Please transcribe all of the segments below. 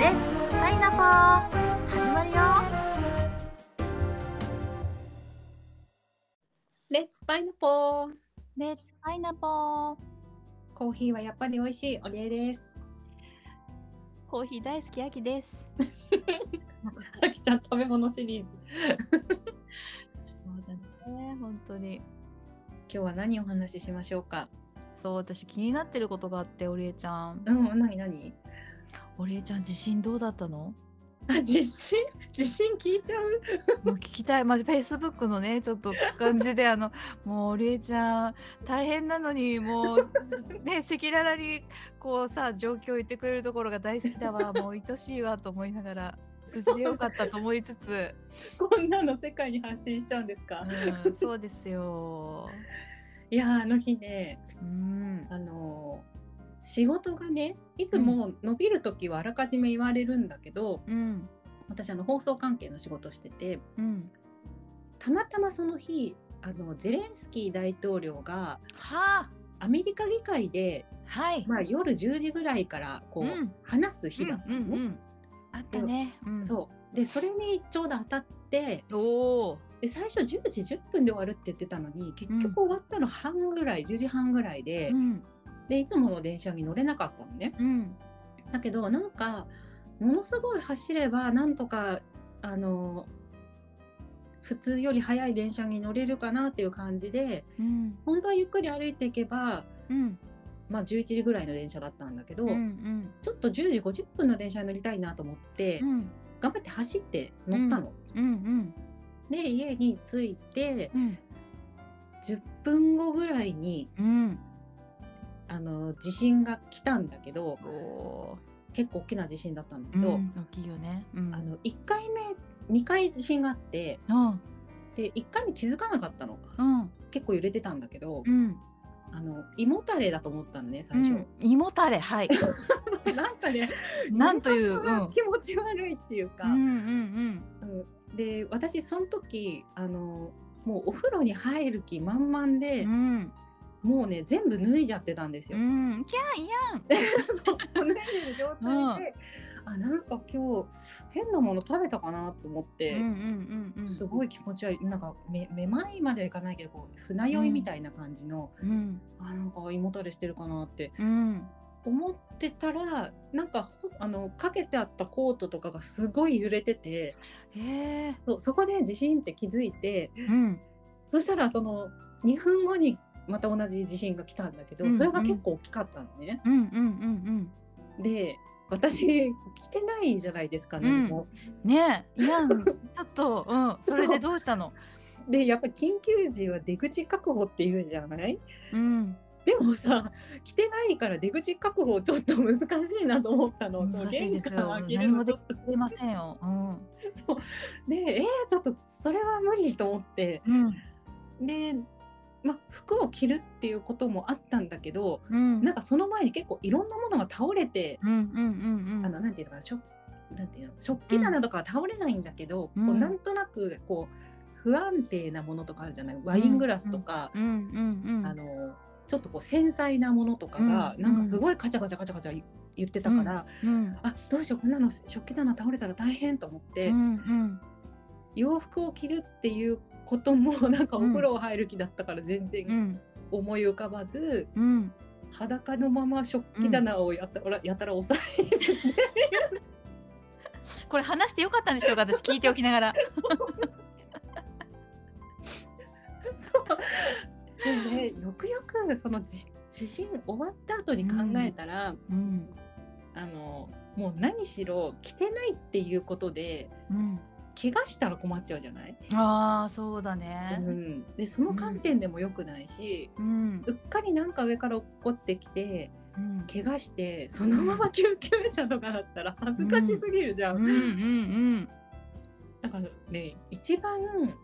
レッツパイナポー始まるよ。 レッツパイナポー。 レッツパイナポー。 コーヒーはやっぱり美味しい。お礼です。 コーヒー大好きあきです。 あきちゃん食べ物シリーズ。 そうだね、本当に。 今日は何をお話ししましょうか。 そう、私気になってることがあって、オリエちゃん。 何？ オリエちゃん、地震どうだったの？ 地震聞いちゃう。 もう聞きたい。まずフェイスブックのね、ちょっと感じでもうオリエちゃん大変なのに、もうね、赤裸々にこうさ、状況を言ってくれるところが大好きだわ、もう愛しいわと思いながら、無事でよかったと思いつつこんなの世界に発信しちゃうんですか？ そうですよ。 いや、あの日ね、仕事がね、いつも伸びるときはあらかじめ言われるんだけど、私放送関係の仕事してて、たまたまその日ゼレンスキー大統領がアメリカ議会で、夜10時ぐらいから話す日だったのね。 あったね。 そうで、それにちょうど当たって、で最初10時10分で終わるって言ってたのに、結局終わったの10時半ぐらいで、でいつもの電車に乗れなかったのね。だけどなんかものすごい走ればなんとか普通より早い電車に乗れるかなっていう感じで、本当はゆっくり歩いていけば、11時ぐらいの電車だったんだけど、ちょっと10時50分の電車に乗りたいなと思って、頑張って走って乗ったの。で家に着いて、10分後ぐらいに、地震が来たんだけど、結構大きな地震だったんだけど、 大きいよね。 1回目2回地震があって、で1回目気づかなかったの。結構揺れてたんだけど、胃もたれだと思ったのね、最初。胃もたれ、はいなんかね、なんという、気持ち悪いっていうか、で私その時もうお風呂に入る気満々で、もうね全部脱いじゃってたんですよ。キャンそう脱いでる状態で、なんか今日変なもの食べたかなと思って、すごい気持ち悪い、なんかめまいまではいかないけど、船酔いみたいな感じの、なんか胃もたれしてるかなって思ってたら、なんかかけてあったコートとかがすごい揺れてて、そこで地震って気づいて、そしたらその2分後にまた同じ地震が来たんだけど、それが結構大きかったのね。で私来てないじゃないですか、何も。ねえ、いやちょっと、それでどうしたの？でやっぱ緊急時は出口確保って言うじゃない？でもさ、来てないから出口確保ちょっと難しいなと思ったの。 難しいですよ。何もできませんよ。 そうで、ちょっとそれは無理と思って、で服を着るっていうこともあったんだけど、なんかその前に結構いろんなものが倒れて、なんていうのかな、食器棚とかは倒れないんだけど、なんとなく不安定なものとかあるじゃない。ワイングラスとか、ちょっと繊細なものとかが、なんかすごいカチャカチャカチャカチャ言ってたから、どうしよう、こんなの食器棚倒れたら大変と思って、洋服を着るっていうこともなんかお風呂入る気だったから全然思い浮かばず、裸のまま食器棚をやたら押さえるこれ話してよかったんでしょうか、私聞いておきながら。 そうでね、よくよくその地震終わった後に考えたら、もう何しろ着てないっていうことで、怪我したら困っちゃうじゃない？ そうだね。 でその観点でも良くないし、うっかりなんか上から落っこってきて、怪我してそのまま救急車とかだったら恥ずかしすぎるじゃん。だからね、一番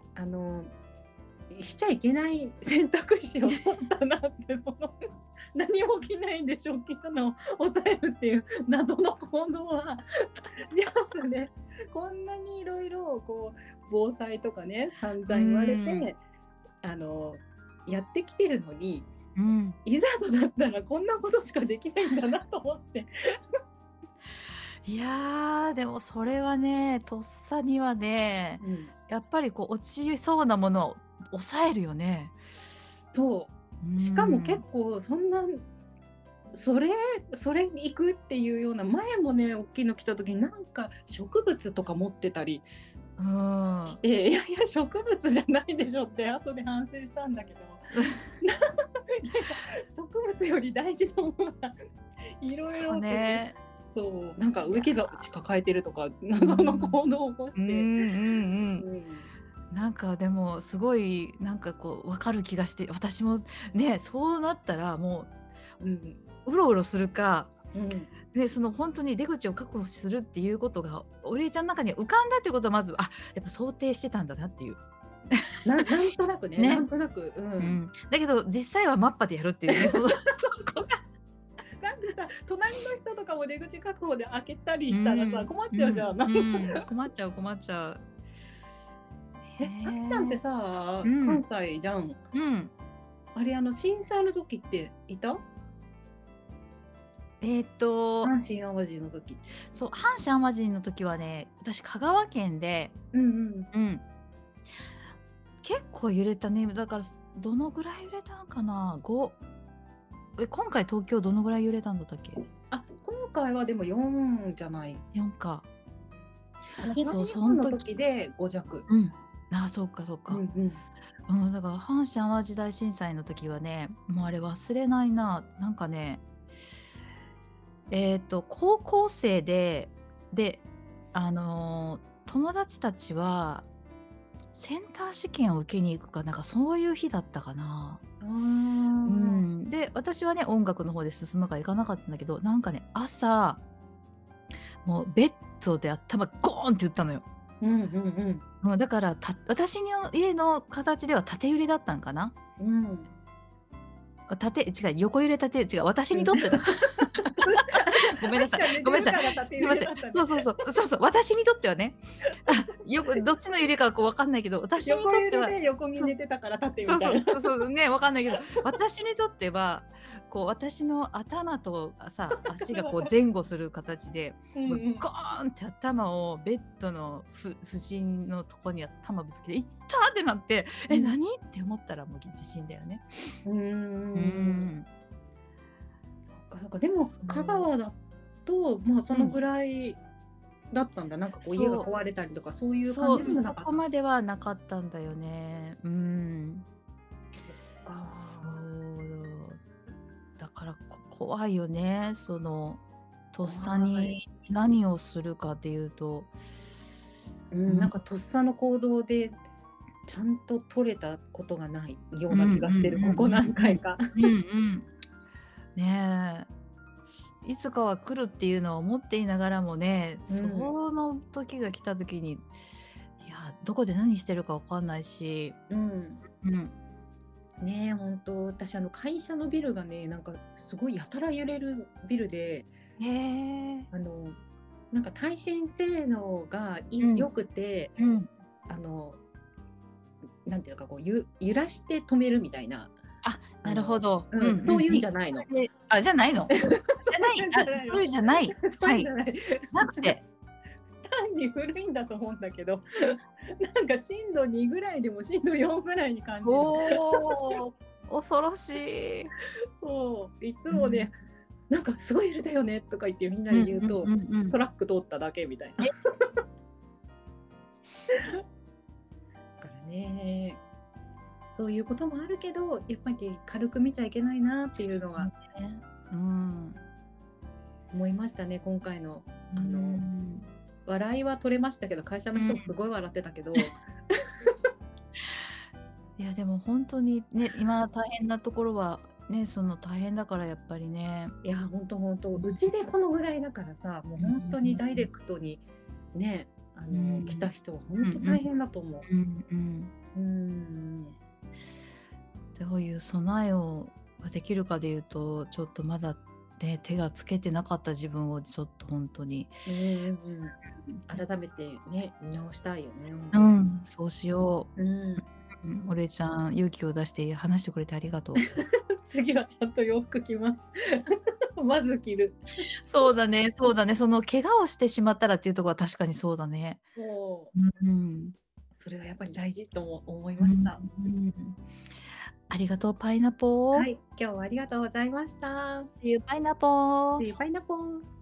しちゃいけない選択肢を取ったなって何も着ないで食器棚を抑えるっていう謎の行動はやっぱね、こんなにいろいろ防災とかね散々言われて、やってきてるのに、いざとなったらこんなことしかできないんだなと思っていや、でもそれはね、とっさにはね、 うん。 やっぱりこう落ちそうなものを抑えるよね。 そうーう。しかも結ん。 構そんな、それそれ行くっていうような、前もね、大きいの来た時になんか植物とか持ってたりうーん。 して、いやいや植物じゃないでしょって後で反省したんだけど、いやいや、植物より大事なものがいろいそうろとね、 ね。 そう、なんかいや、 植木鉢抱えてるとか、 う謎のん。 行動を起こうんうして、 んうん、 うん。なんかでもすごいなんかこう分かる気がして、私もね、そうなったらもうん、 う、うろうろするか、 うん。 で、そのほんとに出口を確保するっていうことが、おりえちゃん中に浮かんだっていうことはまず、あ、やっぱ想定してたんだなっていう。 なんとなくね、なね。 んとなく、うん。 うん。だけど実際はマッパでやるっていうね、そのそこが。 なんでさ、隣の人とかも出口確保で開けたりうしたらさ、 ん、 困っうん、 ちゃうじゃん。 うん、困っちゃう困っちゃう。へあきちゃんってえ。 さ、関うん、 西じゃん。 うん。 あれ、震災の時っていた？ えっと、 阪神・淡路の時。 そう、阪神・淡路の時はね、私香川県で、 うんうん。 うん、結構揺れたね。だから、どのぐらい揺れたんかな、今回東京どのぐらい揺れたんだったっけあ、今回はでも4じゃない。 ？4か。そう、 東日本のそん時、 時で5弱。 うん。ああ、そうかそうか。 うんうん。 うん、だから阪神・淡路大震災の時はね、もうあれ忘れないな。なんかね、高校生で、友達たちはセンター試験を受けに行くか、なんかそういう日だったかな。 あうあ。 ん。で、私はね、音楽の方で進むから行かなかったんだけど、なんかね、朝、もうベッドで頭ゴーンって打ったのよ。 うんうんもうだから、私の家の形では縦揺れだったんかな。 うん。うん。 違う、横揺れ違う、私にとってだ。ごめんなさい。 あきちゃん寝ごめんなさい。 てるから縦すいません。 揺れだったね。 そうそうそう。そうそう。私にとってはね。よくどっちの揺れかこう分かんないけど、私に横揺とっては、 れで横にそう、 寝てたから縦そうそう、 みたいな。 そうそう、ね、分かんないけど、私にとっては、こう私の頭とさ、足がこう前後する形で、もううんうん。 ゴーンって頭をベッドの不審のとこに頭ぶつけて、いったってなって、 うん。 何って思ったらもう地震だよね。 うーうーん。 ん。 そっかそっか。でも香そう。 川だと、まあ、そうん。 のぐらいだったんだ。なんかこう家がそう。 壊れたりとかそういう感そう、 じでもなそかったの？ こまではなかったんだよね。うーん。そあう。だから怖いよね。とっあ、 さ怖い。 に何をするかっていうと、 うん、なんうん、 かとっさの行動でちゃんと取れたことがないよううんうんな気がしてる、ここ何うんうん回か。 うん。うんうん。ねえ。いつかは来るっていうのは思っていながらもね、 うん、 その時が来た時に、いや、どこで何してるかわかんないし、 うん。 うん。 ねえ、本当私会社のビルがね、なんかすごいやたら揺れるビルで、 へえ。 あの、なんか耐震性能がうん、 良くて、 うん。 あの、なんていうのか、こう揺らして止めるみたいな、 あ、なるほあのど。うんうん。 そういうんじゃないの。 あ、じゃないの？じゃない、 そういうんじゃないの。 そういうじゃない。 そういはい。 うんじゃない。 なくて。 単に古いんだと思うんだけど、なんか震度2ぐらいでも震度4ぐらいに感じる。 おお、恐ろしい。 そう、いつうん。 もね、なんかすごい揺れたよねとか言ってみんなうんで言うと、 うんうんうん。 トラック通っただけみたいな。 え、 だからね、そういうこともあるけど、やっぱり軽く見ちゃいけないなっていうのはね。うん。 思いましたね、今回の。 うあの、 ん。 笑いは取れましたけど、会社のうん。 人もすごい笑ってたけど、 いや、でもほんとにね、今大変なところは、ね、大変だからやっぱりね。 いや、ほんとほんと、 うん。 うちでこのぐらいだからさ、もううほんとにダイレん。 クトにね、 うん。 来た人はほうんうん。 んと大変だと思うんうん。 う。うーん。 どういう備えができるかでいうと、ちょっとまだね、手がつけてなかった自分をちょっとほんとに、 うんうんうん。改めてね、見直したいよね、ほんと。 うん、そうしようん。 う。うん、お礼ちゃん、勇気を出して話してくれてありがとう。 次はちゃんと洋服着ます。 まず着る。 そうだねそうだね。その怪我をしてしまったらっていうところは確かにそうだね。 そう。 うん。 それはやっぱり大事とも思いうん、 ました。 うん。ありがとう、パイナポー。 はい、今日はありがとうございました。 See you パイナポー。 See you, パイナポー。